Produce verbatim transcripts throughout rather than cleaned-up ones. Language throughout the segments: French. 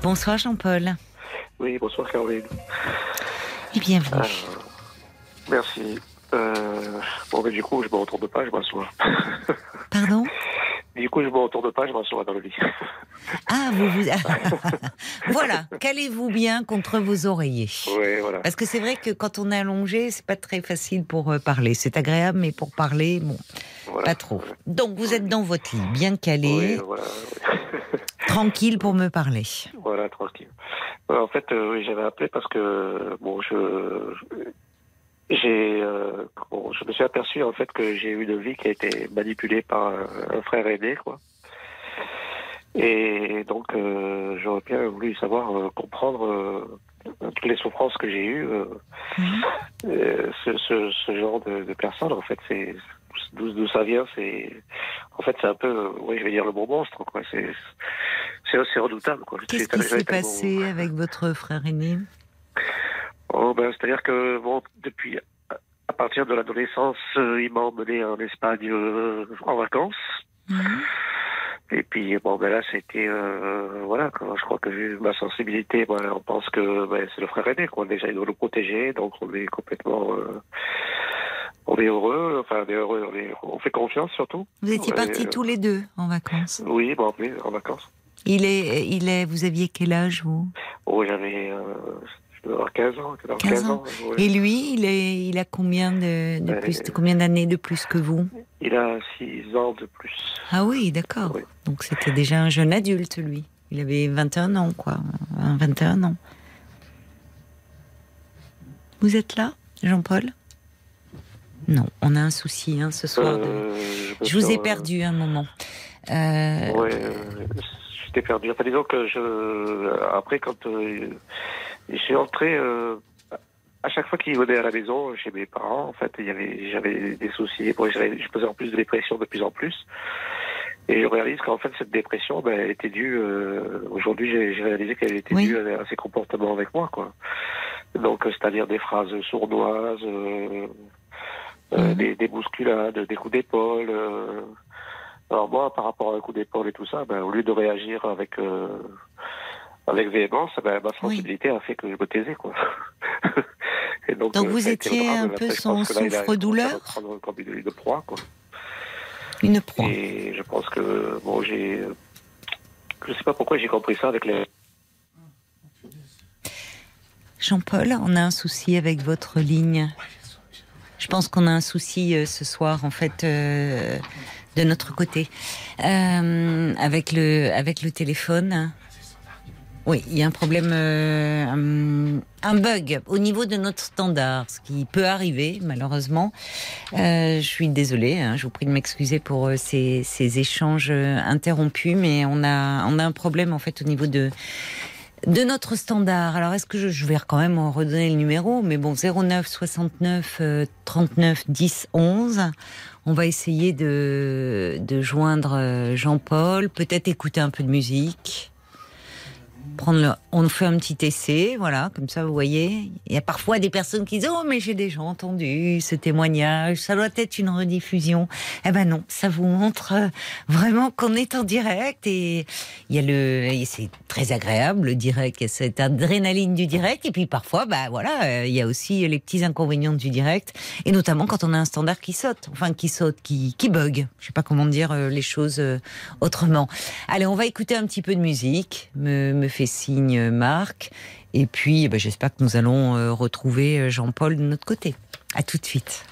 Bonsoir Jean-Paul. Oui, bonsoir Caroline. Et bienvenue. Euh, merci. Euh, bon, mais du coup, je me retourne pas, je m'assois. Pardon ? Du coup, je me retourne pas, je m'assois dans le lit. Ah, vous vous... Voilà, calez-vous bien contre vos oreillers. Oui, voilà. Parce que c'est vrai que quand on est allongé, c'est pas très facile pour euh, parler. C'est agréable, mais pour parler, bon, Voilà, pas trop. voilà. Donc, vous êtes dans votre lit, bien calé, Oui, voilà. Oui. tranquille pour me parler. Voilà, tranquille. Euh, En fait, euh, oui, j'avais appelé parce que, bon, je... J'ai, euh, bon, je me suis aperçu en fait que j'ai eu une vie qui a été manipulée par un, un frère aîné, quoi. Et donc, euh, j'aurais bien voulu savoir euh, comprendre euh, toutes les souffrances que j'ai eues. Euh, Mmh. euh, ce, ce, ce genre de, de personnes, en fait, c'est d'où, d'où ça vient. C'est, en fait, c'est un peu, euh, oui, je vais dire le mot monstre, quoi. C'est, c'est assez redoutable, quoi. Qu'est-ce C'est- qui j'avais s'est tellement- passé avec votre frère aîné ? Oh, ben, c'est-à-dire que bon, depuis à partir de l'adolescence, euh, il m'a emmené en Espagne euh, en vacances. Mmh. Et puis bon, ben là, c'était euh, voilà. Quand je crois que vu ma sensibilité, ben, on pense que ben, c'est le frère aîné, quoi. Déjà, il doit le protéger, donc on est complètement, euh, on est heureux. Enfin, on est heureux, on, est, on fait confiance surtout. Vous étiez Et, partis euh, tous les deux en vacances. Oui, bon, oui, en vacances. Il est, il est, vous aviez quel âge, vous ? Oh, j'avais, euh, je devais avoir quinze ans, quinze quinze ans. ouais. Et lui, il, est, il a combien de, de Euh, plus, de combien d'années de plus que vous ? Il a six ans de plus. Ah oui, d'accord. Oui. Donc c'était déjà un jeune adulte, lui. Il avait vingt et un ans, quoi. vingt et un ans. Vous êtes là, Jean-Paul ? Non, on a un souci hein, ce soir. de- Euh, me Je vous ai suis, euh, perdu un moment. Euh, Ouais, euh, j'étais perdu. Enfin, disons que je, après, quand euh, je suis entré, euh, à chaque fois qu'il venait à la maison chez mes parents, en fait, il y avait, j'avais des soucis. Bon, j'avais- je faisais en plus de dépression de plus en plus. Et je réalise qu'en fait, cette dépression, ben, elle était due. Euh, aujourd'hui, j'ai, j'ai réalisé qu'elle était Oui. due à, à ses comportements avec moi, quoi. Donc, euh, c'est-à-dire des phrases sournoises, euh, euh, Mhm. des, des bousculades, des coups d'épaule. Euh, Alors moi, par rapport à un coup d'épaule et tout ça, ben, au lieu de réagir avec euh, avec véhémence, ben, ma sensibilité a fait que je me taisais, quoi. Et donc, Donc euh, vous ça a été le étiez drame. un Après, peu je pense son que là, il a souffre-douleur ? commencé à reprendre comme une, une proie, quoi. Une proie. Et je pense que bon, j'ai, je sais pas pourquoi j'ai compris ça avec les. Jean-Paul, on a un souci avec votre ligne. Je pense qu'on a un souci euh, ce soir, en fait, euh, de notre côté, euh, avec le avec le téléphone. Oui, il y a un problème, euh, un, un bug au niveau de notre standard, ce qui peut arriver malheureusement. Euh, je suis désolée, hein, je vous prie de m'excuser pour euh, ces, ces échanges euh, interrompus, mais on a on a un problème en fait au niveau de de notre standard. Alors est-ce que je, je vais quand même en redonner le numéro, mais bon, zéro neuf soixante-neuf euh, trente-neuf dix onze. On va essayer de de joindre euh, Jean-Paul, peut-être écouter un peu de musique. Prendre le... On fait un petit essai, voilà, comme ça vous voyez. Il y a parfois des personnes qui disent « Oh, mais j'ai déjà entendu ce témoignage, ça doit être une rediffusion. » Eh ben non, ça vous montre euh, vraiment qu'on est en direct et il y a le... et c'est très agréable le direct, il y a cette adrénaline du direct et puis parfois, bah voilà, euh, il y a aussi les petits inconvénients du direct et notamment quand on a un standard qui saute, enfin qui saute, qui, qui bug. Je sais pas comment dire euh, les choses euh, autrement. Allez, on va écouter un petit peu de musique, me, me fait signe Marc. Et puis, eh ben, j'espère que nous allons euh, retrouver Jean-Paul de notre côté. À tout de suite.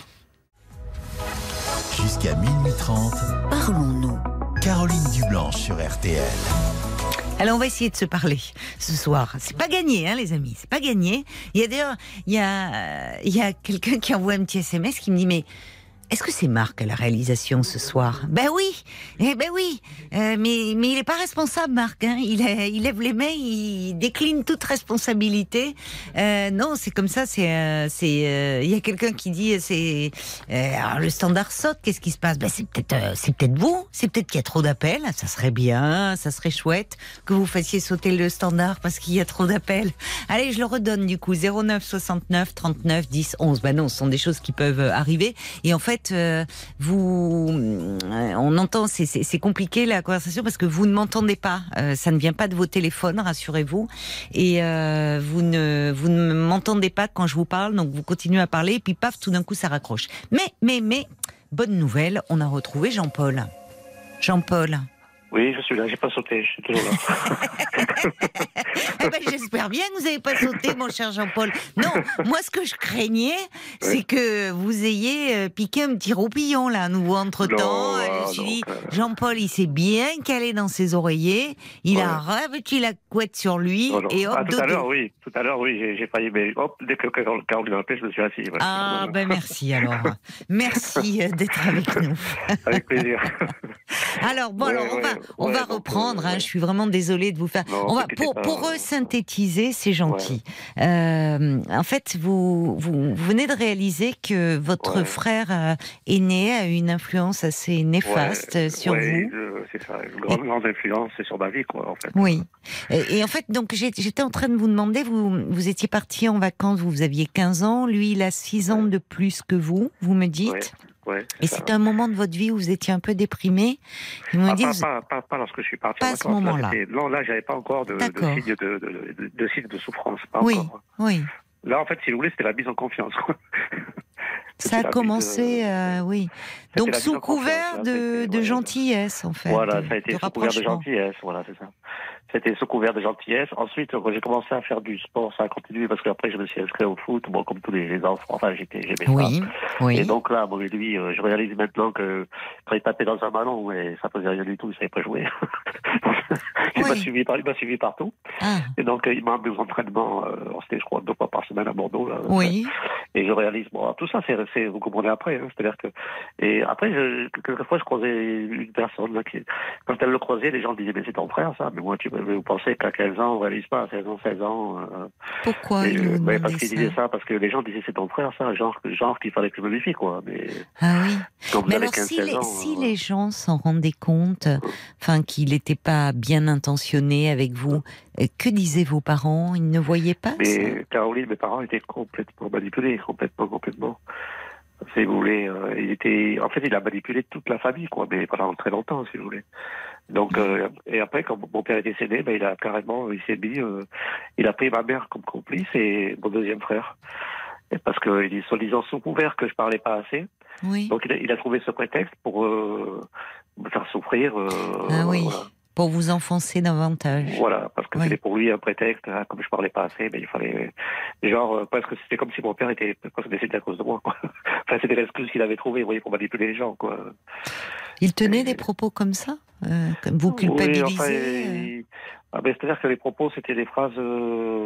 Jusqu'à minuit trente, Parlons-nous. Caroline Dublanche sur R T L. Alors, on va essayer de se parler ce soir. C'est pas gagné, hein, les amis. C'est pas gagné. Il y a d'ailleurs, il y a, euh, il y a quelqu'un qui envoie un petit S M S qui me dit, mais est-ce que c'est Marc à la réalisation ce soir ? Ben oui, eh ben oui, euh, mais mais il est pas responsable, Marc. Hein. Il, est, il lève les mains, il décline toute responsabilité. Euh, non, c'est comme ça. C'est euh, c'est. Euh, il y a quelqu'un qui dit c'est euh, alors le standard saute. Qu'est-ce qui se passe ? Ben c'est peut-être euh, c'est peut-être vous. C'est peut-être qu'il y a trop d'appels. Ça serait bien, ça serait chouette que vous fassiez sauter le standard parce qu'il y a trop d'appels. Allez, je le redonne du coup. zéro neuf soixante-neuf trente-neuf dix onze. Ben non, ce sont des choses qui peuvent arriver. Et en fait, fait, euh, vous, euh, on entend, c'est, c'est, c'est compliqué la conversation parce que vous ne m'entendez pas. Euh, ça ne vient pas de vos téléphones, rassurez-vous. Et euh, vous ne, vous ne m'entendez pas quand je vous parle, donc vous continuez à parler et puis paf, tout d'un coup, ça raccroche. Mais, mais, mais, bonne nouvelle, on a retrouvé Jean-Paul. Jean-Paul. Oui, je suis là, j'ai pas sauté, je suis toujours là. Eh ben, j'espère bien que vous n'avez pas sauté, mon cher Jean-Paul. Non, moi, ce que je craignais, oui. c'est que vous ayez piqué un petit roupillon, là, à nouveau, entre-temps. Non, je me suis dit, euh... Jean-Paul, il s'est bien calé dans ses oreillers, il ouais. a revêtu la couette sur lui, non, non. et hop, ah, tout dodo. à l'heure, oui, tout à l'heure, oui, j'ai, j'ai failli, mais hop, dès que Caroline m'a appelé, je me suis assis. Ouais. Ah, ben merci, alors. Merci d'être avec nous. Avec plaisir. Alors, bon, ouais, alors, on ouais, va, on ouais, va donc, reprendre, euh, hein, ouais. je suis vraiment désolée de vous faire... Non, on va, pour, pas... pour synthétiser, c'est gentil. Ouais. Euh, en fait, vous, vous venez de réaliser que votre ouais. frère euh, aîné a une influence assez néfaste ouais, sur ouais, vous. Euh, c'est ça, une grande, et... grande influence sur ma vie, quoi, en fait. Oui. Et, et en fait, donc, j'étais en train de vous demander, vous, vous étiez parti en vacances, vous aviez quinze ans, lui, il a six ans de plus que vous, vous me dites ouais. Ouais, et ça. C'est un moment de votre vie où vous étiez un peu déprimé. Vous me ah, dites, pas, pas, pas, pas lorsque je suis parti. Pas à ce moment-là. Là, non, là, j'avais pas encore de, de signes de, de, de, de, signes de souffrance. Pas oui, encore. oui. Là, en fait, si vous voulez, c'était la mise en confiance. Ça a commencé, de... euh, oui. C'était donc sous couvert de, de ouais, gentillesse, en fait. Voilà, de, ça a été de sous couvert de gentillesse, voilà, c'est ça. C'était sous couvert de gentillesse. Ensuite, quand j'ai commencé à faire du sport, ça a continué parce qu'après, je me suis inscrit au foot, bon, comme tous les, les enfants. Enfin, j'étais, j'aimais oui, ça. Oui. Et donc là, bon, lui, euh, je réalise maintenant que quand il tapait dans un ballon, ouais, ça faisait rien du tout, il savait pas jouer. il, oui. m'a suivi par, il m'a suivi partout. Ah. Et donc, euh, il m'a amené aux entraînements, euh, c'était, je crois, deux fois par semaine à Bordeaux. Là, oui. Et je réalise, bon, tout ça, c'est, c'est vous comprenez après, hein, c'est-à-dire que, et après, je, quelquefois, je croisais une personne, là, qui, quand elle le croisait, les gens disaient, mais c'est ton frère, ça, mais moi, tu vous pensez qu'à quinze ans, on réalise pas, à seize ans, seize ans. Euh, Pourquoi et, il vous ouais, parce qu'il ça disait ça, parce que les gens disaient, c'est ton frère, ça, genre, genre qu'il fallait que je me méfie, quoi. Mais, ah oui. Quand vous mais avez alors, quinze, si, les, ans, si euh, les gens s'en rendaient compte, enfin, euh, qu'il n'était pas bien intentionné avec vous, euh, que disaient vos parents? Ils ne voyaient pas mais, ça? Caroline, mes parents étaient complètement manipulés, complètement, complètement. Si vous voulez, euh, il était, en fait, il a manipulé toute la famille, quoi, mais pendant très longtemps, si vous voulez. Donc, euh, et après, quand mon père est décédé, ben, il a carrément, il s'est mis, euh, il a pris ma mère comme complice et mon deuxième frère. Et parce que, il est soi-disant sous couvert que je parlais pas assez. Oui. Donc, il a, il a trouvé ce prétexte pour euh, me faire souffrir. Euh, ah oui. Voilà. Pour vous enfoncer davantage. Voilà, parce que oui. c'était pour lui un prétexte, hein, comme je parlais pas assez, ben, il fallait, genre, euh, parce que c'était comme si mon père était presque décédé à cause de moi, quoi. Enfin, c'était l'excuse qu'il avait trouvée, vous voyez, pour manipuler les gens, quoi. Il tenait Et... des propos comme ça, euh, comme vous culpabilisez. Oui, enfin, il... ah, ben, c'est-à-dire que les propos, c'était des phrases euh,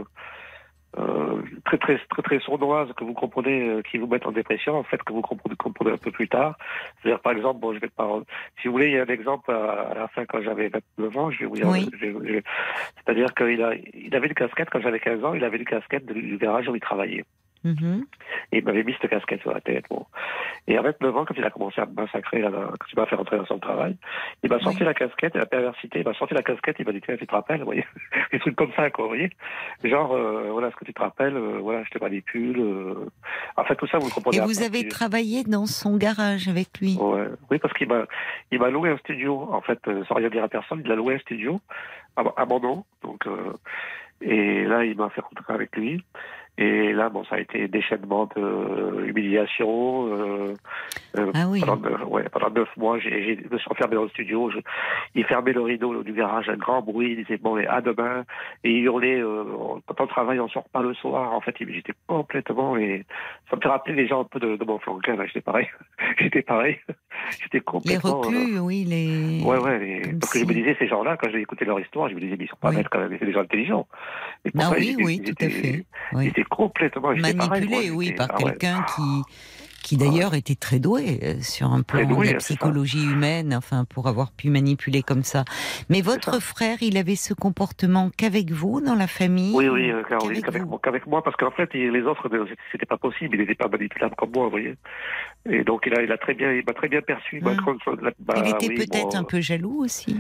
euh, très, très, très, très sournoises que vous comprenez, euh, qui vous mettent en dépression, en fait, que vous comprenez, comprenez un peu plus tard. C'est-à-dire, par exemple, bon, je vais pas, si vous voulez, il y a un exemple à, à la fin quand j'avais vingt-neuf ans, je vais vous dire, oui. je, je, c'est-à-dire qu'il a, il avait une casquette quand j'avais quinze ans, il avait une casquette du garage où il travaillait. Mm-hmm. Et il m'avait mis cette casquette sur la tête. Bon. Et à vingt-neuf ans, quand il a commencé à me massacrer, là, quand il m'a fait rentrer dans son travail, il m'a sorti oui. la casquette, et la perversité, il m'a sorti la casquette, il m'a dit, tiens, tu te rappelles, vous voyez, des trucs comme ça, quoi, vous voyez. Genre, euh, voilà, ce que tu te rappelles, euh, voilà, je te manipule. Euh... En fait, tout ça, vous le comprenez. Et vous avez puis... travaillé dans son garage avec lui? Ouais. Oui, parce qu'il m'a, il m'a loué un studio, en fait, euh, sans rien dire à personne, il a loué un studio à, à mon nom, donc, euh, et là, il m'a fait rentrer avec lui. Et là, bon, ça a été déchaînement de euh, humiliation. Euh, euh, ah oui. Pendant, euh, ouais, pendant neuf mois, j'ai, j'ai, je me suis enfermé dans le studio. Je, il fermait le rideau du garage, un grand bruit. Il disait bon, et à demain. Et il hurlait euh, quand on travaille, on sort pas le soir. En fait, j'étais complètement. Et ça me fait rappeler les gens un peu de, de mon flanquin. Là, j'étais pareil. j'étais pareil. J'étais complètement. Les reclus, euh, oui, les. Ouais, ouais. Les... Parce si... que je me disais ces gens-là, quand j'ai écouté leur histoire, je me disais mais ils sont pas oui. bêtes quand même. C'est des gens intelligents. Et ah oui, oui, tout à fait. Oui. Complètement manipulé, pareil, oui, par ah, quelqu'un ouais. qui, qui d'ailleurs ouais. était très doué euh, sur un plan doué, de la psychologie humaine, enfin, pour avoir pu manipuler comme ça. Mais votre frère, il avait ce comportement qu'avec vous, dans la famille? Oui, oui, euh, Caroline, qu'avec, qu'avec, moi, qu'avec moi, parce qu'en fait, il, les autres, c'était pas possible, il n'était pas manipulable comme moi, vous voyez. Et donc, il a, il a très bien, il m'a très bien perçu. Hum. Ma, bah, il était oui, peut-être bon, un peu jaloux aussi.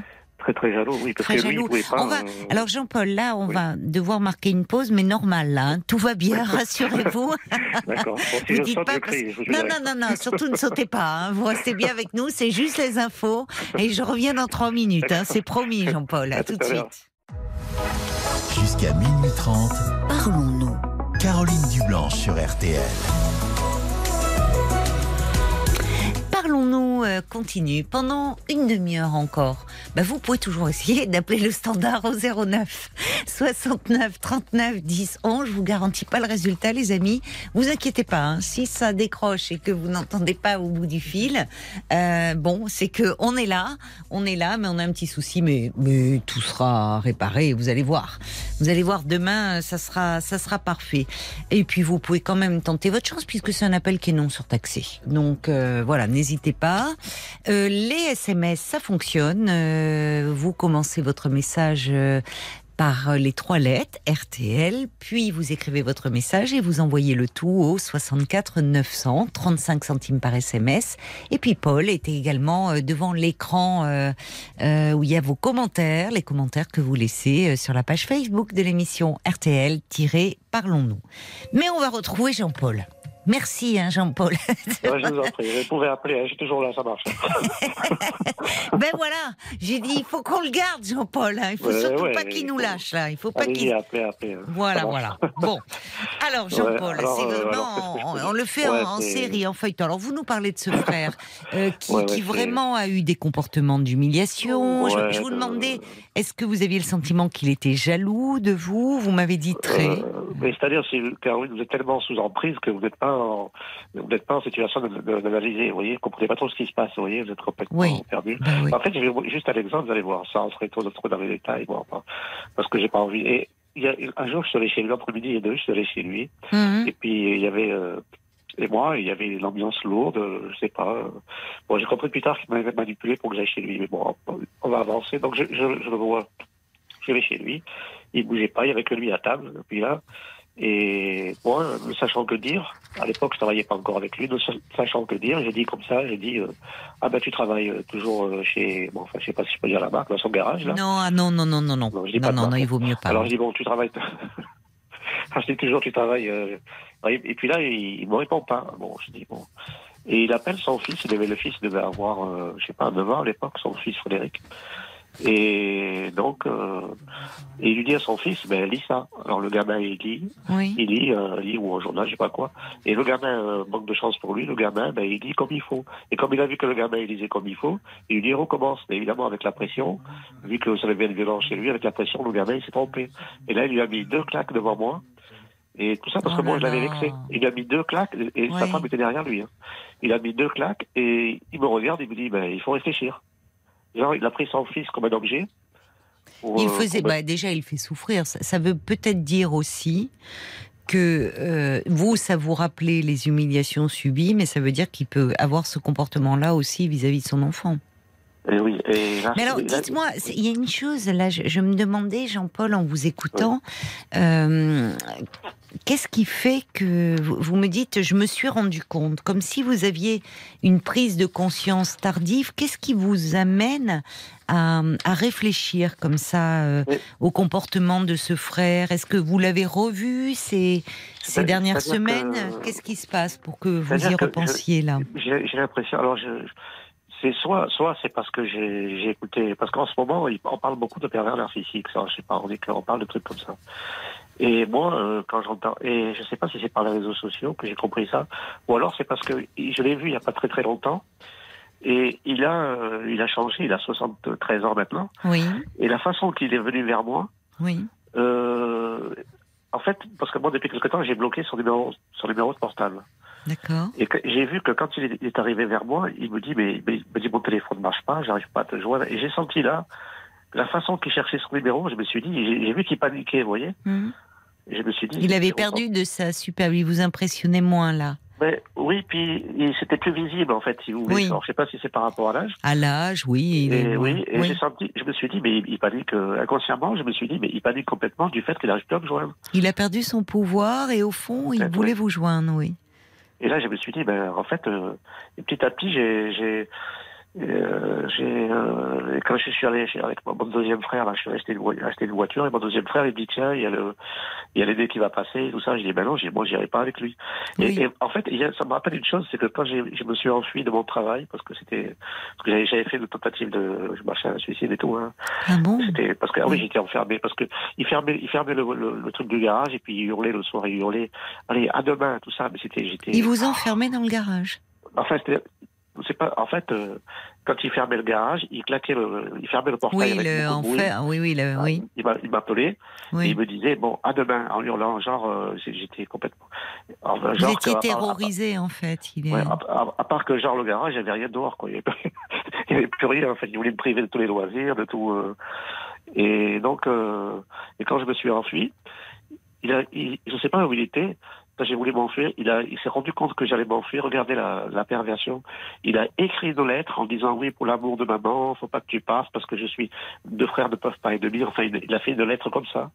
Très très jaloux, oui, parce Très que jaloux. lui, il pouvait pas. On va... euh, Alors Jean-Paul, là, on oui. va devoir marquer une pause, mais normale, là. Hein. Tout va bien, rassurez-vous. D'accord. Bon, si Vous je dites saute, pas je parce- crie. Je vous Non, dirai. non, non, non, surtout ne sautez pas. Hein. Vous restez bien avec nous, c'est juste les infos. Et je reviens dans trois minutes. Hein. C'est promis, Jean-Paul. À, À tout tout de à l'heure. suite. Jusqu'à minuit trente, Parlons-nous. Caroline Dublanche sur R T L. Parlons-nous euh, continue pendant une demi-heure encore. Bah, vous pouvez toujours essayer d'appeler le standard au zéro neuf soixante-neuf trente-neuf dix onze. Je vous garantis pas le résultat, les amis. Vous inquiétez pas. Hein. Si ça décroche et que vous n'entendez pas au bout du fil, euh, bon, c'est que on est là, on est là, mais on a un petit souci, mais mais tout sera réparé. Vous allez voir. Vous allez voir demain, ça sera ça sera parfait. Et puis vous pouvez quand même tenter votre chance puisque c'est un appel qui est non surtaxé. Donc euh, voilà, n'hésitez pas. Euh, les S M S, ça fonctionne. Euh, vous commencez votre message euh, par les trois lettres R T L, puis vous écrivez votre message et vous envoyez le tout au soixante-quatre neuf cents, trente-cinq centimes par S M S. Et puis Paul était également euh, devant l'écran euh, euh, où il y a vos commentaires, les commentaires que vous laissez euh, sur la page Facebook de l'émission R T L-Parlons-nous. Mais on va retrouver Jean-Paul. Merci, hein, Jean-Paul. Ouais, je vous en prie. Vous pouvez appeler. Hein, je suis toujours là, ça marche. Ben voilà, j'ai dit, il faut qu'on le garde, Jean-Paul. Hein. Il faut Ouais, surtout ouais, pas qu'il nous faut- lâche, là. Il faut pas Allez-y, qu'il... appelez, appelez. hein. Voilà, Ça marche. voilà. Bon. Alors, Jean-Paul, Ouais, alors, c'est euh, vraiment... alors, qu'est-ce que je on, peux on dire le fait Ouais, en, en c'est- série, en feuilleton. Alors, vous nous parlez de ce frère euh, qui, Ouais, ouais, qui c'est- vraiment a eu des comportements d'humiliation. Je- Ouais, je, vous de- demandais, est-ce que vous aviez le sentiment qu'il était jaloux de vous? Vous m'avez dit très. Euh, mais c'est-à-dire, si Caroline, vous êtes tellement sous emprise que vous n'êtes pas en, vous n'êtes pas en situation de- de- d'analyser, vous voyez, vous comprenez pas trop ce qui se passe, vous voyez, vous êtes complètement Oui. perdu. Ben oui. En fait, je vais juste à l'exemple, vous allez voir, ça, on serait trop, trop dans les détails, bon, enfin, parce que j'ai pas envie. Et il y a, un jour, je suis allé chez lui, entre midi et deux, je suis allé chez lui, Mhm. et puis il y avait, euh, et moi, il y avait l'ambiance lourde, euh, je sais pas. euh, Bon, j'ai compris plus tard qu'il m'avait manipulé pour que j'aille chez lui, mais bon, on va avancer. Donc, je, je, je le vois. Je vais chez lui, il bougeait pas, il y avait que lui à table, puis là. Et moi, ne sachant que dire, à l'époque, je travaillais pas encore avec lui, ne sachant que dire, j'ai dit comme ça, j'ai dit, euh, ah ben tu travailles euh, toujours euh, chez, bon, enfin, je sais pas si je peux dire la marque, dans son garage, là. Non, ah non, non, non, non, non. Non, je dis Non, pas de non, non, marque. il vaut mieux pas. Alors je dis, bon, tu travailles. Alors, je dis toujours, tu travailles. Euh... Et puis là, il, il me répond pas. Bon, je dis, bon. Et il appelle son fils, il avait le fils, il devait avoir, euh, je sais pas, neuf ans à l'époque, son fils Frédéric. Et donc, euh, et il lui dit à son fils, ben, lis ça. Alors le gamin, il lit, Oui. il lit, euh, il lit ou un journal, je sais pas quoi. Et le gamin, euh, manque de chance pour lui, le gamin, ben, il lit comme il faut. Et comme il a vu que le gamin, il lisait comme il faut, il lui dit, recommence. Mais évidemment, avec la pression, vu que ça avait bien violence chez lui, avec la pression, le gamin, il s'est trompé. Et là, il lui a mis deux claques devant moi. Et tout ça parce Oh que moi, là je l'avais là. vexé. Il lui a mis deux claques, et Ouais. sa femme était derrière lui. Hein. Il a mis deux claques, et il me regarde, il me dit, ben, il faut réfléchir. Genre, il a pris son fils comme un objet. Pour, Il euh, faisait, pour- bah, déjà, il fait souffrir. Ça, ça veut peut-être dire aussi que euh, vous, ça vous rappelait les humiliations subies, mais ça veut dire qu'il peut avoir ce comportement-là aussi vis-à-vis de son enfant. Et oui, et là, Mais alors, là, dites-moi, c'est- il y a une chose, là, je, je me demandais, Jean-Paul, en vous écoutant, euh, qu'est-ce qui fait que vous, vous me dites, je me suis rendu compte, comme si vous aviez une prise de conscience tardive, qu'est-ce qui vous amène à, à réfléchir comme ça euh, Oui. au comportement de ce frère? Est-ce que vous l'avez revu ces, ces C'est- dernières c'est-à-dire semaines que- Qu'est-ce qui se passe pour que vous C'est-à-dire y que repensiez là? J'ai j'ai l'impression, alors je, je- c'est soit, soit c'est parce que j'ai j'ai écouté, parce qu'en ce moment, il- on parle beaucoup de pervers narcissiques, ça, je sais pas, on est on parle de trucs comme ça. Et moi, euh, quand j'entends, et je sais pas si c'est par les réseaux sociaux que j'ai compris ça, ou alors c'est parce que je l'ai vu il y a pas très très longtemps, et il a, euh, il a changé, il a soixante-treize ans maintenant, Oui, et la façon qu'il est venu vers moi, oui. euh, en fait, parce que moi depuis quelque temps, j'ai bloqué son numéro, son numéro de portable. D'accord. Et que j'ai vu que quand il est- il est arrivé vers moi, il me dit, mais, mais il me dit, mon téléphone ne marche pas, j'arrive pas à te joindre. Et j'ai senti là, la façon qu'il cherchait son numéro, je me suis dit, j'ai j'ai vu qu'il paniquait, vous voyez. Mhm. Et je me suis dit. Il avait je perdu de sa super, il vous impressionnait moins là. Mais, oui, puis il- c'était plus visible en fait, si vous voulez. Oui. Alors, je sais pas si c'est par rapport à l'âge. À l'âge, oui. Il Et est... oui, et oui. j'ai senti, je me suis dit, mais il, il panique euh, inconsciemment, je me suis dit, mais il panique complètement du fait qu'il n'arrive plus à me joindre. Il a perdu son pouvoir et au fond, il Peut-être, voulait oui. vous joindre, oui. Et là, je me suis dit, ben, en fait, euh, et petit à petit, j'ai, j'ai, Et, euh, j'ai, euh, et quand je suis allé chez, avec mon deuxième frère, là, je suis resté une, vo- acheté une voiture, et mon deuxième frère, il me dit, tiens, il y a le, il y a l'aîné qui va passer, et tout ça. Je dis, ben non, j'ai, moi, j'irai pas avec lui. Et, Oui. et en fait, il y a, ça me rappelle une chose, c'est que quand j'ai, je me suis enfui de mon travail, parce que c'était, parce que j'avais, j'avais fait une tentative de, je marchais à un suicide et tout, hein. Ah bon? C'était, parce que, ah oui, Oui. j'étais enfermé, parce que, il fermait, il fermait le, le, le truc du garage, et puis il hurlait le soir, il hurlait, allez, à demain, tout ça, mais c'était, j'étais, Il vous enfermait dans le garage? enfin, c'était, c'est pas, en fait, euh, quand il fermait le garage, il claquait le, il fermait le portail Oui, avec le beaucoup de bruit. enfer. Oui, oui, le, Ah, oui. Il m'a- il m'appelait, Oui. et il me disait, bon, à demain, en hurlant, genre, euh, c'est- j'étais complètement, enfin, Vous genre étiez que, à part, à part- terrorisé, en fait. Il est... ouais, à, à- à part que, genre, le garage, il n'y avait rien dehors, quoi. Il n'y avait, il y avait plus rien, en fait. Il voulait me priver de tous les loisirs, de tout, euh, et donc, euh, et quand je me suis enfui, il a, il, je sais pas où il était. Quand j'ai voulu m'enfuir, il a, il s'est rendu compte que j'allais m'enfuir. Regardez la, la perversion. Il a écrit une lettre en disant oui, pour l'amour de maman, faut pas que tu passes parce que je suis, deux frères ne peuvent pas être demi. Enfin, il, il a fait une lettre comme ça.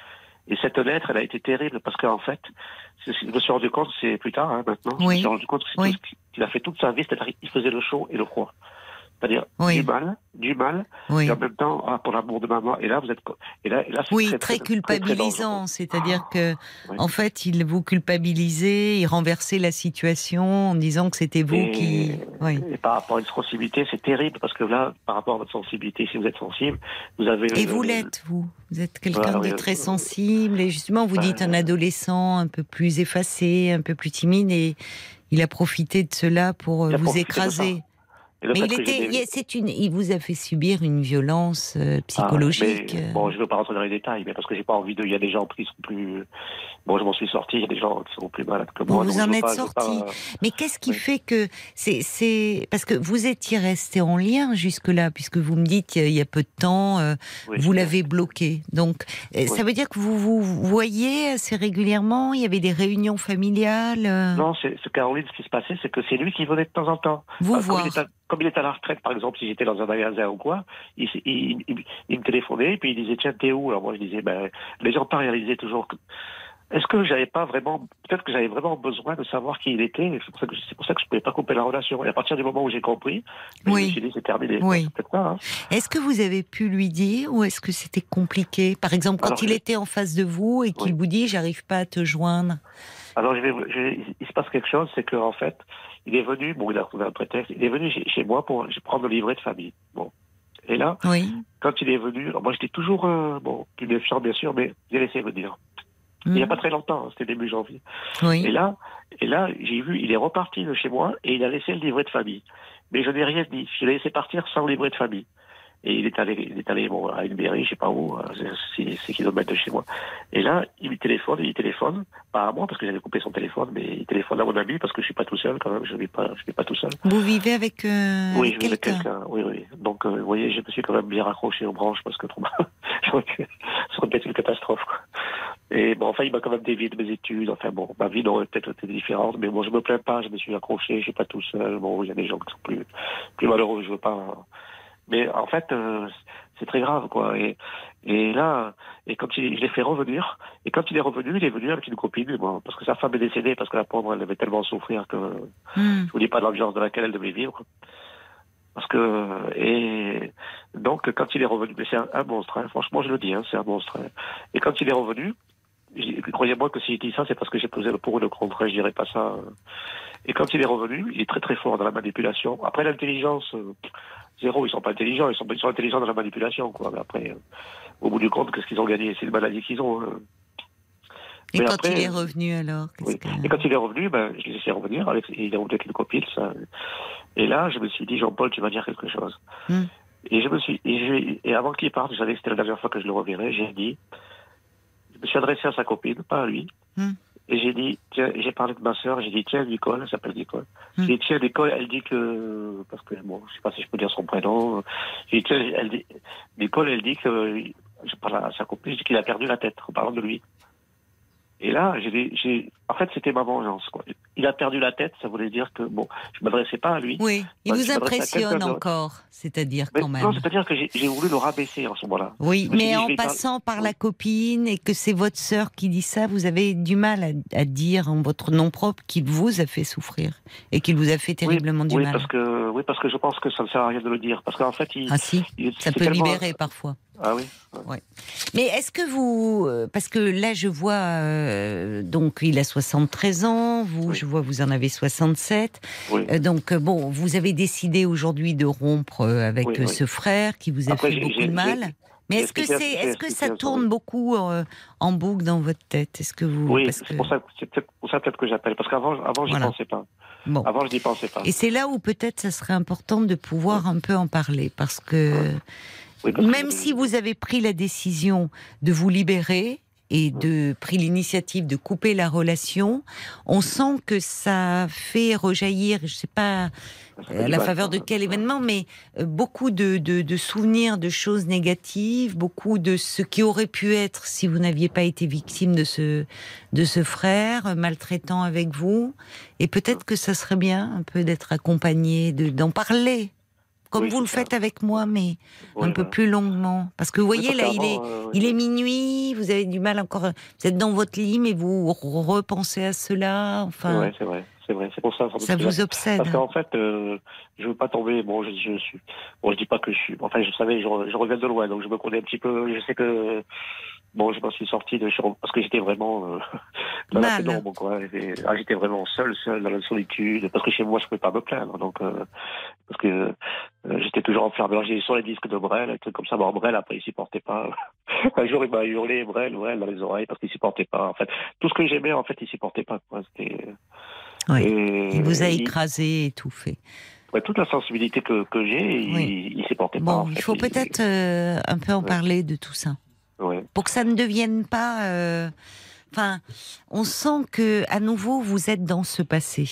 Et cette lettre, elle a été terrible parce qu'en fait, c'est- je me suis rendu compte, c'est plus tard, hein, maintenant, je me Oui. suis rendu compte que c'est Oui. tout ce qu'il a fait toute sa vie, c'est-à-dire il faisait le chaud et le froid. C'est-à-dire Oui. du mal, du mal, Oui. et en même temps, ah, pour l'amour de maman. Et là, vous êtes, et là, et là, c'est Oui, très, très, très, très, très culpabilisant. dangereux. C'est-à-dire que, Ouais. en fait, il vous culpabilisait, il renversait la situation en disant que c'était vous Et, qui. Oui. et par rapport à une sensibilité, c'est terrible parce que là, par rapport à votre sensibilité, si vous êtes sensible, vous avez. Et le- vous le- l'êtes, vous. Vous êtes quelqu'un Voilà, de oui, très euh, sensible. Et justement, vous euh, dites un adolescent un peu plus effacé, un peu plus timide, et il a profité de cela pour euh, il a vous profité de ça. écraser. Et le Mais fait il que j'ai était, des- il- c'est une, il vous a fait subir une violence euh, Ah, psychologique. mais euh. bon, je veux pas rentrer dans les détails, mais parce que j'ai pas envie de. Il y a des gens qui sont plus. Bon, je m'en suis sorti. Il y a des gens qui sont plus malades que Bon, moi. vous donc je en veux êtes pas, je veux sorti. pas- Mais qu'est-ce qui Oui. fait que c'est, c'est parce que vous étiez resté en lien jusque-là, puisque vous me dites il y a peu de temps, euh, Oui, vous oui. l'avez bloqué. Donc, euh, ça Oui. veut dire que vous vous voyez assez régulièrement. Il y avait des réunions familiales. euh, Non, c'est c'est Caroline, ce qui se passait, c'est que c'est lui qui venait de temps en temps. Vous Enfin, comme, il voir. est à, comme il est à la retraite, par exemple, si j'étais dans un magasin ou quoi, il, il, il, il me téléphonait, puis il disait, tiens, t'es où? Alors moi, je disais, ben, les gens pas réalisaient toujours que... Est-ce que j'avais pas vraiment, peut-être que j'avais vraiment besoin de savoir qui il était, c'est pour ça que, c'est pour ça que je pouvais pas couper la relation. Et à partir du moment où j'ai compris, ben, Oui. je me suis dit, c'est terminé. Oui. C'est peut-être ça, hein. Est-ce que vous avez pu lui dire ou est-ce que c'était compliqué? Par exemple, quand Alors, il je- était en face de vous et qu'il Oui. vous dit j'arrive pas à te joindre. Alors, je vais, je vais- il se passe quelque chose, c'est qu'en fait, il est venu, bon, il a trouvé un prétexte, il est venu chez, chez moi pour prendre le livret de famille. Bon. Et là, Oui. quand il est venu, alors moi j'étais toujours, euh, bon, plus méfiant bien sûr, mais j'ai laissé venir. Il n'y a Mm. pas très longtemps, hein, c'était début janvier. Oui. Et là, et là, j'ai vu, il est reparti de chez moi et il a laissé le livret de famille. Mais je n'ai rien dit. Je l'ai laissé partir sans livret de famille. Et il est allé, il est allé bon, à une mairie, je sais pas où, c'est six kilomètres de chez moi. Et là, il me téléphone, il téléphone, pas à moi parce que j'avais coupé son téléphone, mais il téléphone à mon ami parce que je suis pas tout seul quand même, je ne vis pas, je vis pas tout seul. Vous vivez avec, euh, Oui, avec je vis avec quelqu'un. quelqu'un. Oui, oui. Donc, euh, vous voyez, je me suis quand même bien raccroché aux branches parce que trop ça aurait pu ça aurait pu être une catastrophe, quoi. Et bon, enfin, il m'a quand même dévié de mes études. Enfin, bon, ma vie aurait peut-être été différente, mais bon, je me plains pas, je me suis accroché, je suis pas tout seul. Bon, il y a des gens qui sont plus, plus malheureux, je veux pas. Mais en fait, euh, c'est très grave, quoi. Et, et là, et quand il, je l'ai fait revenir, et quand il est revenu, il est venu avec une copine, bon, parce que sa femme est décédée, parce que la pauvre, elle devait tellement souffrir que Mm. je vous dis pas l'ambiance dans laquelle elle devait vivre. Parce que, et donc, quand il est revenu, mais c'est un, un monstre, hein, franchement, je le dis, hein, c'est un monstre. Hein. Et quand il est revenu, j'ai- croyez-moi que si je dis ça, c'est parce que j'ai posé le pour ou le contre, hein, je dirais pas ça. euh. Et quand il est revenu, il est très très fort dans la manipulation. Après, l'intelligence, euh, zéro, ils sont pas intelligents, ils sont, ils sont intelligents dans la manipulation, quoi. Mais après, euh, au bout du compte, qu'est-ce qu'ils ont gagné? C'est une maladie qu'ils ont. Hein. Et Mais quand après, il est revenu alors, qu'est-ce Oui. que... Et quand il est revenu, ben, je l'ai laissé revenir, avec, il est revenu avec une copine, ça. Et là, je me suis dit, Jean-Paul, tu vas dire quelque chose. Mm. Et je me suis, et, je- et avant qu'il parte, je savais que c'était la dernière fois que je le reverrais, j'ai dit, je me suis adressé à sa copine, pas à lui, Mm. et j'ai dit, tiens, j'ai parlé de ma sœur, j'ai dit, tiens, Nicole, elle s'appelle Nicole. Mm. J'ai dit, tiens, Nicole, elle dit que, parce que, bon, je sais pas si je peux dire son prénom, j'ai dit, tiens, elle dit, Nicole, elle dit que, je parle à sa copine, je dis qu'il a perdu la tête, en parlant de lui. Et là, j'ai, j'ai, en fait, c'était ma vengeance, quoi. il a perdu la tête, ça voulait dire que bon, je m'adressais pas à lui. Oui, il Moi, vous je m'adressais à impressionne quelqu'un de- encore, c'est-à-dire Mais quand même. non, c'est-à-dire que j'ai, j'ai voulu le rabaisser en ce moment-là. Oui, Je me suis mais dit, je en vais parler- passant par Oui. la copine et que c'est votre sœur qui dit ça, vous avez du mal à, à dire en votre nom propre qu'il vous a fait souffrir et qu'il vous a fait terriblement oui, du oui, mal. Parce que, oui, parce que je pense que ça ne sert à rien de le dire. Parce qu'en fait, il, Ah si, il- ça c'est peut tellement- libérer parfois. Ah oui. Ouais. Ouais. Mais est-ce que vous, euh, parce que là je vois, euh, donc il a soixante-treize ans, vous, Oui. je vois vous en avez soixante-sept, Oui. Euh, donc euh, bon, vous avez décidé aujourd'hui de rompre euh, avec Oui, euh, oui. ce frère qui vous a Après, fait j'ai- beaucoup j'ai- de mal. j'ai- Mais j'ai est-ce que expliqué- c'est, j'ai est-ce que expliqué ça ça, tourne oui. beaucoup euh, en boucle dans votre tête? Est-ce que vous, Oui, parce c'est que pour ça, c'est peut-être pour ça peut-être que j'appelle. Parce qu'avant, avant, j'y Voilà. pensais pas. bon. Avant, je n'y pensais pas. Et c'est là où peut-être ça serait important de pouvoir un peu en parler, parce que Oui, parce que même j'ai- si vous avez pris la décision de vous libérer et de pris l'initiative de couper la relation, on sent que ça fait rejaillir, je ne sais pas ça fait à du la mal, faveur de quoi. quel événement, mais euh, beaucoup de, de, de souvenirs de choses négatives, beaucoup de ce qui aurait pu être si vous n'aviez pas été victime de ce, de ce frère euh, maltraitant avec vous. Et peut-être que ça serait bien un peu d'être accompagné, de, d'en parler. Comme Oui, vous le c'est ça. faites avec moi, mais Oui, un peu voilà. plus longuement. Parce que vous Oui, voyez, parce là, il est, qu'avant, euh, il est minuit, vous avez du mal encore. Vous êtes dans votre lit, mais vous repensez à cela. Enfin, ouais, c'est vrai, c'est vrai. C'est pour ça. sans doute ça que vous j'appelle. obsède. Parce qu'en fait, euh, je veux pas tomber. Bon, je, je suis. Bon, je dis pas que je suis. Enfin, je savais, je, je reviens de loin, donc je me connais un petit peu. Je sais que. Bon, je m'en suis sorti de parce que j'étais vraiment euh, dans la Mal. pénombre, quoi. Et, ah, j'étais vraiment seul, seul dans la solitude. Parce que chez moi, je pouvais pas me plaindre, donc. Euh, parce que euh, j'étais toujours enfermé. Alors, j'ai sur les disques de Brel, un truc comme ça. Bon, Brel, après, il supportait pas. Un jour, il m'a hurlé Brel, Brel dans les oreilles parce qu'il supportait pas. En fait, tout ce que j'aimais, en fait, il supportait pas. Quoi. C'était. Oui. Et Il vous a il- écrasé, étouffé. ouais, toute la sensibilité que, que j'ai, Oui. il, il supportait pas. Bon, en fait. il faut Il- peut-être euh, un peu en Ouais. parler de tout ça. Ouais. Pour que ça ne devienne pas. euh, Enfin, on sent que à nouveau vous êtes dans ce passé.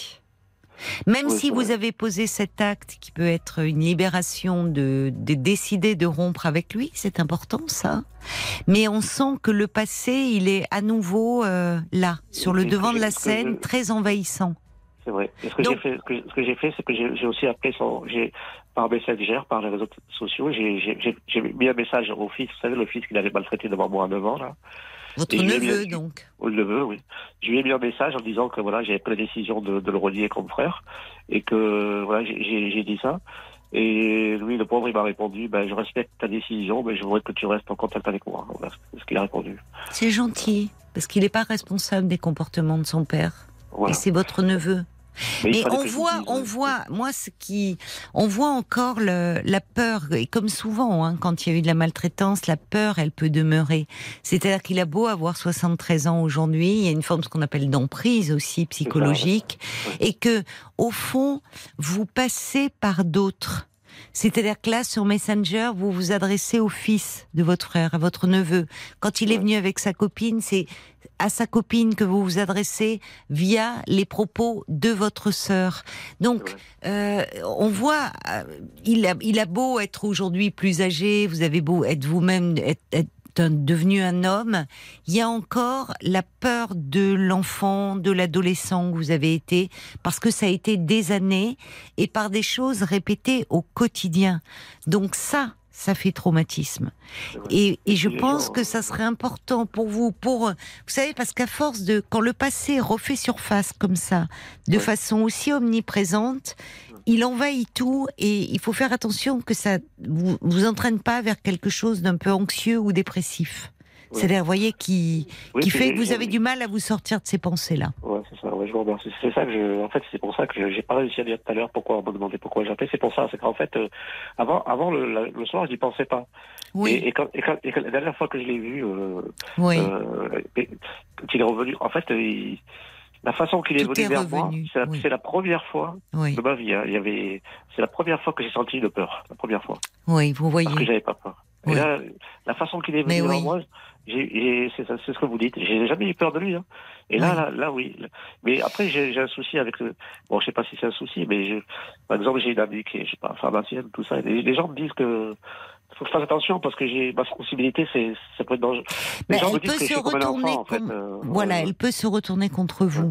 Même Oui, si c'est vous vrai. avez posé cet acte qui peut être une libération de, de décider de rompre avec lui, c'est important ça. Mais on sent que le passé, il est à nouveau euh, là, sur le Et que devant de j'ai- la que scène, je- très envahissant. C'est vrai. Et ce que Donc- j'ai fait, ce que, ce que j'ai fait, c'est que j'ai j'ai aussi appelé son, j'ai par Messenger, par les réseaux sociaux, j'ai j'ai- j'ai- j'ai mis un message au fils, vous savez, le fils qu'il avait maltraité devant moi à neuf ans là. Votre Et je lui ai neveu, mis- donc. On le veut, oui. Je lui ai mis un message en disant que voilà, j'avais pris la décision de, de le relier comme frère et que voilà, j'ai- j'ai j'ai dit ça. Et lui, le pauvre, il m'a répondu, ben je respecte ta décision, mais je voudrais que tu restes en contact avec moi. Voilà, c'est ce qu'il a répondu. C'est gentil, parce qu'il n'est pas responsable des comportements de son père. Voilà. Et c'est votre neveu. Mais, il Mais fallait on que je lui voit, dise, on ouais. voit, moi, ce qui, on voit encore le, la peur, et comme souvent, hein, quand il y a eu de la maltraitance, la peur, elle peut demeurer. C'est-à-dire qu'il a beau avoir soixante-treize ans aujourd'hui, il y a une forme, ce qu'on appelle d'emprise aussi psychologique, C'est ça, ouais. et que, au fond, vous passez par d'autres. C'est-à-dire que là, sur Messenger, vous vous adressez au fils de votre frère, à votre neveu. Quand il est Ouais. venu avec sa copine, c'est à sa copine que vous vous adressez via les propos de votre sœur. Donc, euh, on voit, euh, il a, il a beau être aujourd'hui plus âgé, vous avez beau être vous-même, être, être un- devenu un homme, il y a encore la peur de l'enfant, de l'adolescent que vous avez été, parce que ça a été des années et par des choses répétées au quotidien. Donc ça, ça fait traumatisme. Et, et je Les pense gens, que ça serait important pour vous, pour, vous savez, parce qu'à force de, quand le passé refait surface comme ça, de Ouais. façon aussi omniprésente, il envahit tout et il faut faire attention que ça vous, vous entraîne pas vers quelque chose d'un peu anxieux ou dépressif. Ouais. C'est-à-dire, vous voyez, qui, Oui, qui puis fait j'ai- que vous j'ai- avez du mal à vous sortir de ces pensées-là. Ouais, c'est ça, ouais, je vous remercie. C'est ça que je, en fait, c'est pour ça que je- j'ai pas réussi à dire tout à l'heure pourquoi on me demandait pourquoi j'appelais. C'est pour ça, c'est qu'en fait, euh, avant, avant le, la- le soir, je n'y pensais pas. Oui, Et, et, quand, et, quand, et quand- la dernière fois que je l'ai vu, euh, oui. euh, et- quand il est revenu, en fait, il- la façon qu'il est Tout venu est vers revenu, moi, c'est la, oui. c'est la première fois oui, de ma vie. Hein. Il y avait, c'est la première fois que j'ai senti de peur, la première fois, oui, vous parce que voyez. j'avais pas peur. Et Oui. là, la façon qu'il est Mais venu vers oui. moi, j'ai, j'ai- c'est, ça- c'est ce que vous dites. J'ai jamais eu peur de lui. Hein. Et là, Oui. là, là, oui. Mais après, j'ai, j'ai un souci avec. le- Bon, je sais pas si c'est un souci, mais je... par exemple, j'ai une amie qui est, je sais pas, pharmacienne, tout ça. Et les, les gens me disent que faut que je fasse attention parce que j'ai ma sensibilité, c'est, ça peut être dangereux. Les Mais gens elle me disent peut que je se suis comme un enfant, retourner en fait. comme- euh, Voilà, euh, elle peut se retourner contre vous.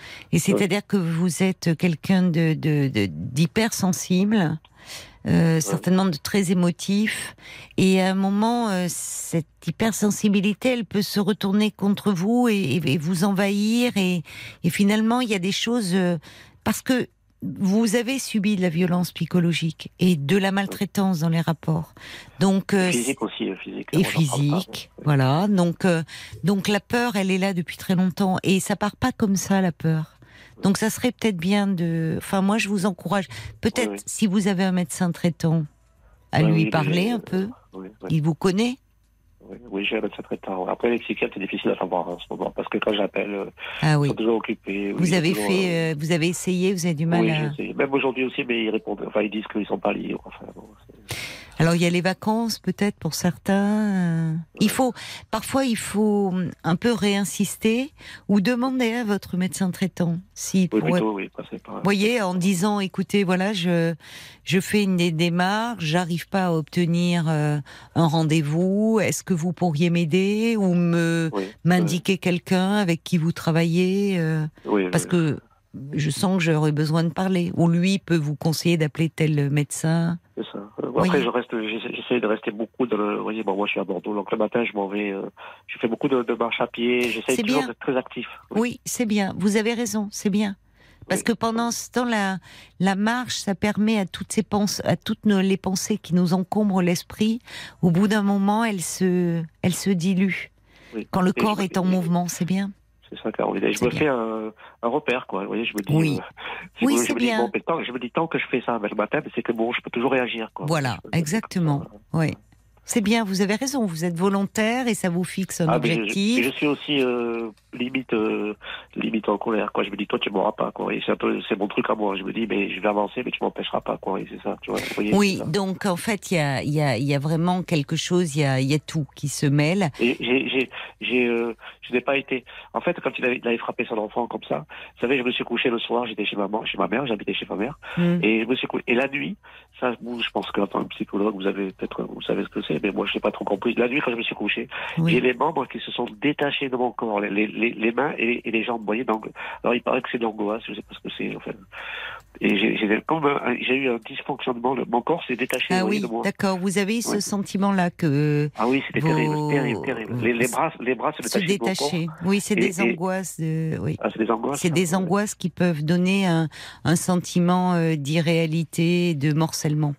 Et c'est-à-dire ouais. que vous êtes quelqu'un de, de, de, d'hypersensible, euh, ouais. certainement de très émotif. Et à un moment, euh, cette hypersensibilité, elle peut se retourner contre vous et, et, et vous envahir. Et, et finalement, il y a des choses... Euh, parce que vous avez subi de la violence psychologique et de la maltraitance dans les rapports. Donc euh, physique aussi, physique. Et physique, pas, voilà. Donc euh, donc la peur, elle est là depuis très longtemps et ça part pas comme ça la peur. Donc ça serait peut-être bien de. Enfin moi je vous encourage. Peut-être oui, oui. si vous avez un médecin traitant, à oui, lui oui, parler un peu. Oui, oui. Il vous connaît. Oui, oui, j'ai un médecin traitant. Après, les psychiatres, c'est difficile à savoir en ce moment, parce que quand j'appelle, ah, oui. ils sont toujours occupés. Vous oui, avez toujours, fait, euh, vous avez essayé, vous avez du mal oui, à... j'ai essayé. Même aujourd'hui aussi, mais ils répondent, enfin, ils disent qu'ils sont pas libres. Enfin, bon, alors, il y a les vacances, peut-être, pour certains. Il faut, parfois, il faut un peu réinsister ou demander à votre médecin traitant si oui, pourrait... plutôt, oui, passer par... Vous voyez, en disant, écoutez, voilà, je, je fais une démarche, j'arrive pas à obtenir euh, un rendez-vous, est-ce que vous pourriez m'aider ou me, oui, m'indiquer oui. quelqu'un avec qui vous travaillez euh, oui, parce oui. que je sens que j'aurais besoin de parler. Ou lui peut vous conseiller d'appeler tel médecin. C'est ça. Euh, après, oui. je reste, j'essaie de rester beaucoup dans le. Vous voyez, bon, moi, je suis à Bordeaux, donc le matin, je m'en vais. Euh, je fais beaucoup de, de marches à pied. J'essaie toujours bien. d'être très actif. Oui. oui, c'est bien. Vous avez raison, c'est bien. Parce oui. que pendant ce temps, la, la marche, ça permet à toutes ces pensées, à toutes nos, les pensées qui nous encombrent l'esprit. Au bout d'un moment, elles se, elles se diluent. Oui. Quand le Et corps est en mouvement, c'est bien. C'est ça, Caroline. Et je me bien. fais un, un repère, quoi. Vous voyez, je me dis. Oui, euh, oui vous, c'est je bien. Me dis, bon, tant, je me dis tant que je fais ça le matin, c'est que bon, je peux toujours réagir, quoi. Voilà, exactement. Oui. C'est bien, vous avez raison, vous êtes volontaire et ça vous fixe un ah, objectif. Je, je, je suis aussi euh, limite, euh, limite en colère, quoi. Je me dis, toi, tu ne m'auras pas, quoi. Et c'est un peu, c'est mon truc à moi. Je me dis, mais je vais avancer, mais tu m'empêcheras pas, quoi. Et c'est ça, tu vois. Vous voyez, oui, donc en fait, il y a, il y a, il y a vraiment quelque chose, il y a, il y a tout qui se mêle. Et j'ai, j'ai, j'ai, euh, je n'ai pas été. En fait, quand il avait, il avait frappé son enfant comme ça, vous savez, je me suis couché le soir, j'étais chez maman, chez ma mère, j'habitais chez ma mère, mm. et je me suis couché. Et la nuit, ça, bon, je pense qu'en tant que psychologue, vous avez peut-être, vous savez ce que c'est, mais moi, je n'ai pas trop compris. La nuit, quand je me suis couché, oui. j'ai les membres qui se sont détachés de mon corps, les, les, les mains et, et les jambes, vous voyez. Donc, alors, il paraît que c'est de l'angoisse, je ne sais pas ce que c'est, en fait. Et j'ai, j'ai, comme un, j'ai eu un dysfonctionnement, le, mon corps s'est détaché ah oui, oui, de moi. D'accord, vous avez eu ce ouais. sentiment-là que. Ah oui, c'était vos... terrible, terrible, terrible. Les, les bras, les bras se, se détachaient. Oui, c'est et, des et... angoisses. De... Oui. Ah, c'est des angoisses. C'est des angoisses qui peuvent donner un, un sentiment euh, d'irréalité, de morcellement.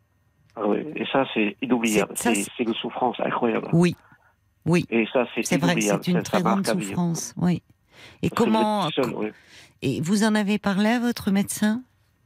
Ah oui, et ça, c'est inoubliable. C'est, c'est, c'est une souffrance incroyable. Oui, oui. Et ça, c'est, c'est vrai que c'est une ça, très ça grande souffrance. Oui. Et Parce comment seul, oui. Et vous en avez parlé à votre médecin?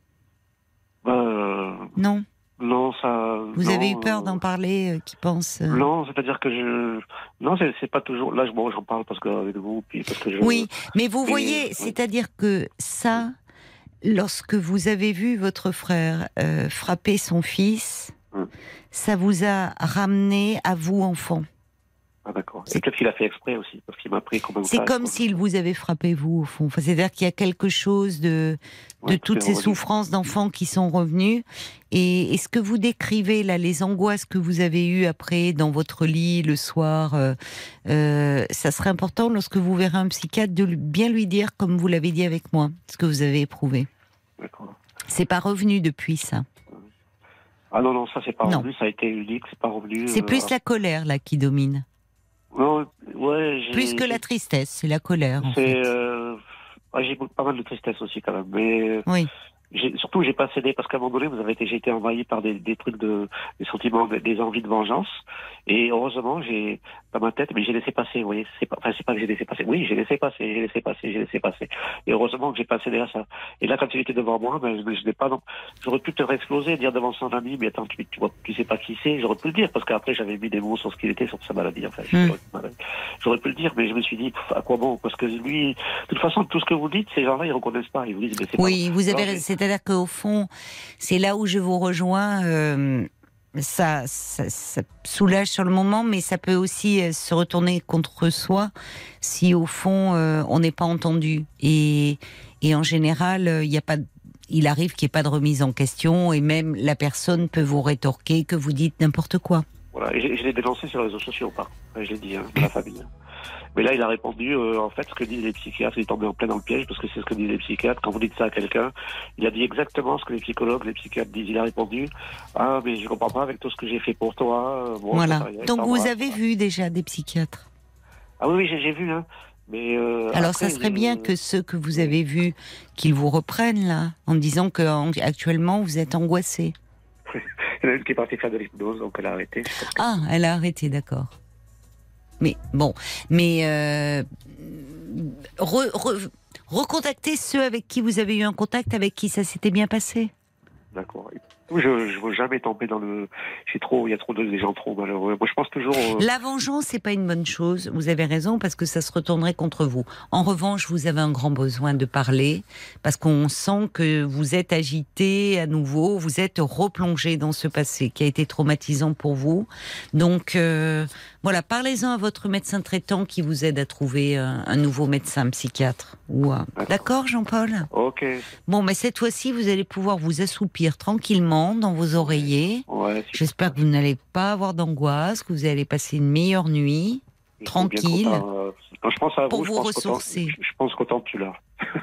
euh... Non. Non, ça. Vous non, avez eu peur euh... d'en parler, euh, qui pense. Euh... Non, c'est-à-dire que je. Non, c'est, c'est pas toujours. Là, bon, j'en parle parce que avec vous, puis parce que je. Oui, mais vous mais, voyez, oui. c'est-à-dire que ça, lorsque vous avez vu votre frère euh, frapper son fils, hum. ça vous a ramené à vous, enfant. Ah d'accord. C'est peut-être qu'il a fait exprès aussi, parce qu'il m'a pris comme un C'est comme quoi. S'il vous avait frappé vous, au fond. Enfin, c'est-à-dire qu'il y a quelque chose de, de ouais, toutes ces revenu. souffrances d'enfants qui sont revenues. Et, et ce que vous décrivez là, les angoisses que vous avez eues après dans votre lit le soir, euh, euh, ça serait important lorsque vous verrez un psychiatre de bien lui dire, comme vous l'avez dit avec moi, ce que vous avez éprouvé. D'accord. C'est pas revenu depuis ça. Ah non non, ça c'est pas non. revenu, ça a été unique, c'est pas revenu. C'est euh... plus la colère là qui domine. Non, ouais, j'ai, plus que j'ai... la tristesse, c'est la colère. En c'est, fait. euh... ah, j'ai pas mal de tristesse aussi quand même, mais oui. J'ai, surtout, j'ai pas cédé parce qu'à un moment donné, vous avez été, j'ai été envahi par des, des trucs de, des sentiments, des, des envies de vengeance. Et heureusement, j'ai, dans ma tête, mais j'ai laissé passer, vous voyez. C'est pas, enfin, c'est pas que j'ai laissé passer. Oui, j'ai laissé passer, j'ai laissé passer, j'ai laissé passer. Et heureusement que j'ai pas cédé à ça. Et là, quand il était devant moi, ben, je, je n'ai pas, non. J'aurais pu te réexploser, dire devant son ami, mais attends, tu, tu vois, tu sais pas qui c'est. J'aurais pu le dire parce qu'après, j'avais mis des mots sur ce qu'il était, sur sa maladie, enfin. Mm. J'aurais pu le dire, mais je me suis dit, pff, à quoi bon? Parce que lui, de toute façon, tout ce que vous dites, ces gens-là, ils reconnaissent pas. Ils vous disent, mais c'est oui, pas, vous avez raison. C'est-à-dire qu'au fond, c'est là où je vous rejoins. Euh, ça, ça, ça soulage sur le moment, mais ça peut aussi euh, se retourner contre soi si au fond euh, on n'est pas entendu. Et, et en général, il y a pas, il arrive qu'il n'y ait pas de remise en question, et même la personne peut vous rétorquer que vous dites n'importe quoi. Voilà. Et je, je l'ai dénoncé sur les réseaux sociaux, pas. Je l'ai dit, hein, de la famille. Mais là, il a répondu, euh, en fait, ce que disent les psychiatres, il est tombé en plein dans le piège, parce que c'est ce que disent les psychiatres. Quand vous dites ça à quelqu'un, il a dit exactement ce que les psychologues, les psychiatres disent. Il a répondu, ah, mais je comprends pas avec tout ce que j'ai fait pour toi. Bon, voilà. Rien, Donc vous avez voilà. vu déjà des psychiatres? Ah oui, oui, j'ai, j'ai vu, hein. Mais euh, alors après, ça serait bien euh, que ceux que vous avez vus, qu'ils vous reprennent là, en disant que en, actuellement vous êtes angoissé. il y en a une qui est partie faire de l'hypnose, donc elle a arrêté. Ah, elle a arrêté, d'accord. Mais bon, mais euh, re, re, recontactez ceux avec qui vous avez eu un contact, avec qui ça s'était bien passé. D'accord. Je ne veux jamais tomber dans le. J'ai trop, il y a trop de des gens trop malheureux. Moi, je pense toujours. Euh... La vengeance, c'est pas une bonne chose. Vous avez raison parce que ça se retournerait contre vous. En revanche, vous avez un grand besoin de parler parce qu'on sent que vous êtes agité à nouveau, vous êtes replongé dans ce passé qui a été traumatisant pour vous. Donc euh, voilà, parlez-en à votre médecin traitant qui vous aide à trouver un, un nouveau médecin psychiatre. Ou un... D'accord, D'accord Jean-Paul. Ok. Bon, mais cette fois-ci, vous allez pouvoir vous assoupir tranquillement dans vos oreillers. Ouais, j'espère que vous n'allez pas avoir d'angoisse, que vous allez passer une meilleure nuit, je tranquille, content, euh... Quand je pense à pour vous, vous je pense ressourcer. Qu'autant, je pense qu'autant tu l'as.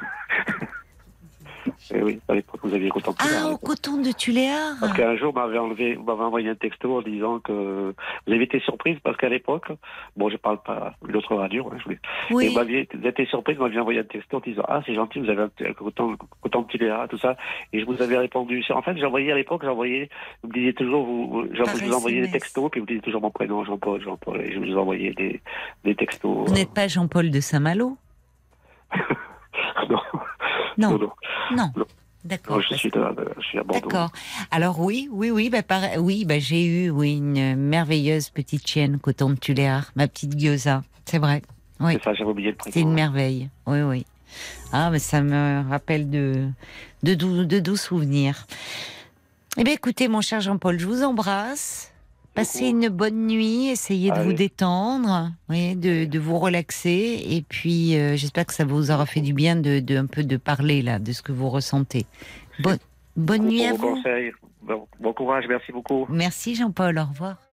Eh oui, à l'époque, vous aviez coton de Tuléar. Ah, au coton de Tuléar. Parce qu'un jour, vous m'avez enlevé, vous m'avez envoyé un texto en disant que vous avez été surprise parce qu'à l'époque, bon, je parle pas de l'autre radio, hein, je voulais. Oui. Et vous m'aviez vous avez été surprise, vous m'aviez envoyé un texto en disant, ah, c'est gentil, vous avez un coton, coton de Tuléar, tout ça. Et je vous avais répondu. En fait, j'ai envoyé à l'époque, j'ai envoyé, vous me disiez toujours, vous, je vous envoyais des textos, puis vous disiez toujours mon prénom, Jean-Paul, Jean-Paul, et je vous envoyais des, des textos. Vous n'êtes pas Jean-Paul de Saint-Malo? non. Non. Non. Non. non. non. D'accord. Non, je, suis de, je suis à Bordeaux. D'accord. Alors oui, oui, oui, bah, par, oui, bah, j'ai eu oui, une merveilleuse petite chienne, coton de Tuléar, ma petite Gyoza, c'est vrai. Oui. C'est ça, j'avais oublié le prénom. C'est une merveille, oui, oui. Ah, mais ça me rappelle de, de, doux, de doux souvenirs. Eh bien, écoutez, mon cher Jean-Paul, je vous embrasse. Passez une bonne nuit, essayez Allez. de vous détendre, oui, de, de vous relaxer, et puis euh, j'espère que ça vous aura fait du bien de, de un peu de parler là, de ce que vous ressentez. Bonne, bonne nuit à vous. Bon, bon courage, merci beaucoup. Merci Jean-Paul, au revoir.